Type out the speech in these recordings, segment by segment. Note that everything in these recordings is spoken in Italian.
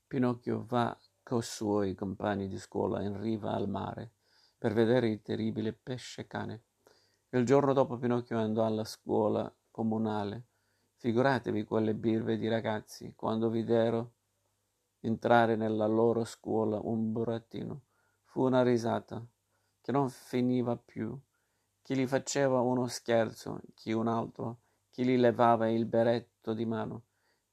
Pinocchio va coi suoi compagni di scuola in riva al mare per vedere il terribile pesce cane. Il giorno dopo Pinocchio andò alla scuola comunale. Figuratevi quelle birbe di ragazzi quando videro entrare nella loro scuola un burattino. Fu una risata che non finiva più. Chi gli faceva uno scherzo, chi un altro, chi gli levava il berretto di mano,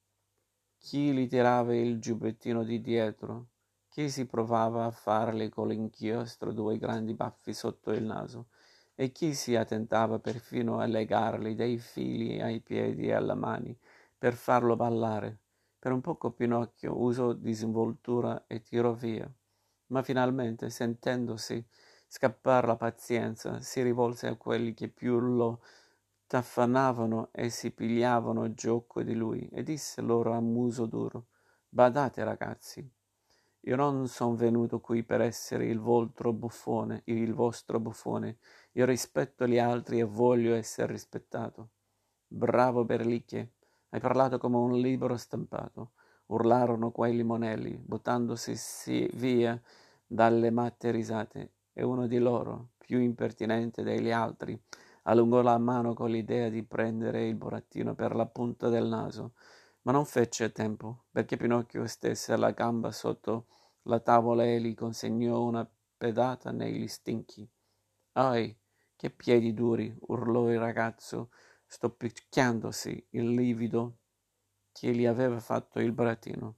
chi gli tirava il giubbettino di dietro, chi si provava a fargli con l'inchiostro due grandi baffi sotto il naso, e chi si attentava perfino a legargli dei fili ai piedi e alle mani per farlo ballare. Per un poco Pinocchio usò disinvoltura e tirò via, ma finalmente, sentendosi scappar la pazienza, si rivolse a quelli che più lo t'affannavano e si pigliavano gioco di lui e disse loro a muso duro: Badate, ragazzi, io non son venuto qui per essere il vostro buffone, io rispetto gli altri e voglio essere rispettato. Bravo Berlicchie, hai parlato come un libro stampato, urlarono quei limonelli, buttandosi via dalle matte risate, e uno di loro, più impertinente degli altri, allungò la mano con l'idea di prendere il burattino per la punta del naso, ma non fece tempo, perché Pinocchio stesse la gamba sotto la tavola e gli consegnò una pedata negli stinchi. Ahi, che piedi duri! Urlò il ragazzo, stoppicandosi il livido che gli aveva fatto il burattino.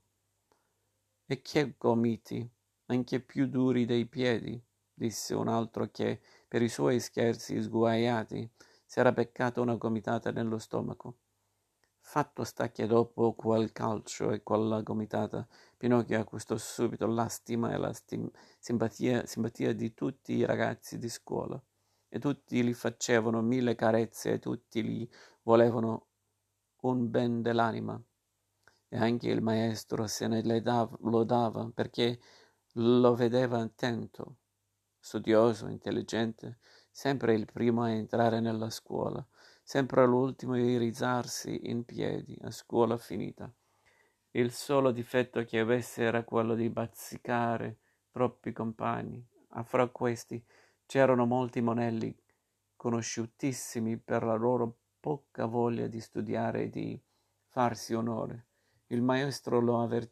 E che gomiti, anche più duri dei piedi, disse un altro che, per i suoi scherzi sguaiati, si era beccato una gomitata nello stomaco. Fatto sta che dopo quel calcio e quella gomitata, Pinocchio acquistò subito la stima e la simpatia di tutti i ragazzi di scuola, e tutti gli facevano mille carezze e tutti gli volevano un ben dell'anima. E anche il maestro se ne lodava perché lo vedeva attento, studioso, intelligente, sempre il primo a entrare nella scuola, sempre l'ultimo a rizzarsi in piedi a scuola finita. Il solo difetto che avesse era quello di bazzicare troppi compagni. A fra questi c'erano molti monelli conosciutissimi per la loro poca voglia di studiare e di farsi onore. Il maestro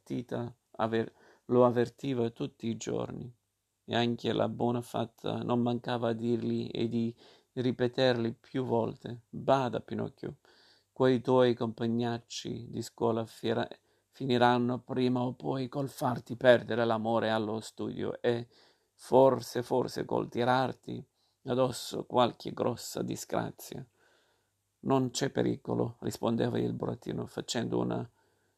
lo avvertiva tutti i giorni, e anche la buona fatta non mancava a dirgli e di ripetergli più volte: Bada, Pinocchio, quei tuoi compagnacci di scuola finiranno prima o poi col farti perdere l'amore allo studio e forse col tirarti addosso qualche grossa disgrazia. Non c'è pericolo, rispondeva il burattino, facendo una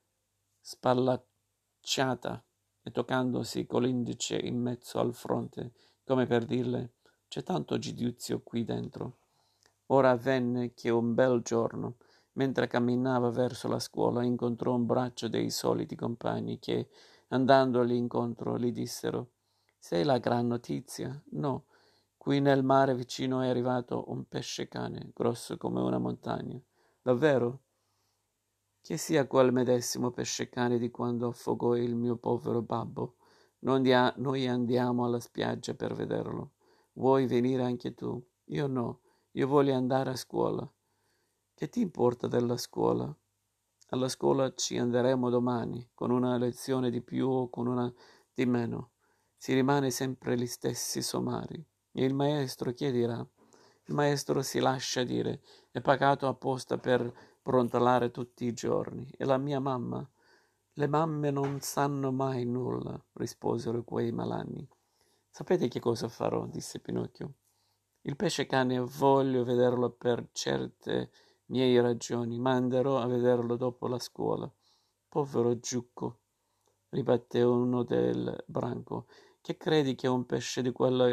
spallacciata e toccandosi con l'indice in mezzo al fronte, come per dirle: c'è tanto giudizio qui dentro. Ora avvenne che un bel giorno, mentre camminava verso la scuola, incontrò un braccio dei soliti compagni che, andandogli incontro, gli dissero: Sei la gran notizia? No, qui nel mare vicino è arrivato un pesce cane, grosso come una montagna. Davvero? Che sia quel medesimo pesce cane di quando affogò il mio povero babbo. Noi andiamo alla spiaggia per vederlo. Vuoi venire anche tu? Io no, io voglio andare a scuola. Che ti importa della scuola? Alla scuola ci andremo domani, con una lezione di più o con una di meno. Si rimane sempre gli stessi sommari. E il maestro che dirà? Il maestro si lascia dire, è pagato apposta per brontolare tutti i giorni. E la mia mamma? Le mamme non sanno mai nulla, risposero quei malanni. Sapete che cosa farò? Disse Pinocchio. Il pesce cane voglio vederlo per certe mie ragioni, ma andrò a vederlo dopo la scuola. Povero Giucco, ribatté uno del branco, che credi che un pesce di quella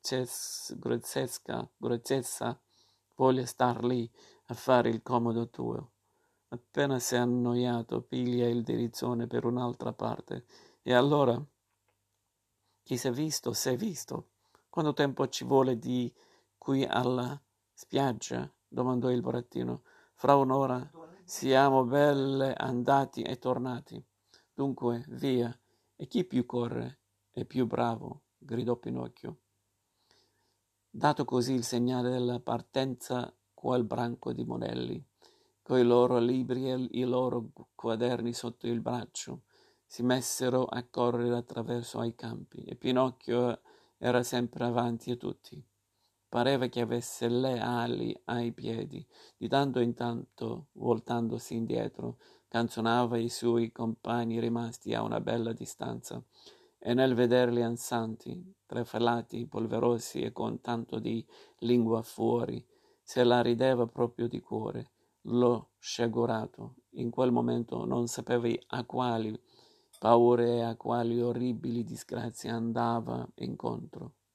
grossezza voglia star lì a fare il comodo tuo? Appena s'è annoiato, piglia il dirizzone per un'altra parte. E allora? Chi s'è visto. Quanto tempo ci vuole di qui alla spiaggia? Domandò il burattino. Fra un'ora siamo belle andati e tornati. Dunque, via, E chi più corre è più bravo, gridò Pinocchio. Dato così il segnale della partenza, quel branco di monelli, coi loro libri e i loro quaderni sotto il braccio, si messero a correre attraverso ai campi, e Pinocchio era sempre avanti a tutti. Pareva che avesse le ali ai piedi. Di tanto in tanto, voltandosi indietro, canzonava i suoi compagni rimasti a una bella distanza, e nel vederli ansanti, trafellati, polverosi e con tanto di lingua fuori, se la rideva proprio di cuore. Lo sciagurato, in quel momento non sapeva a quali paure e a quali orribili disgrazie andava incontro.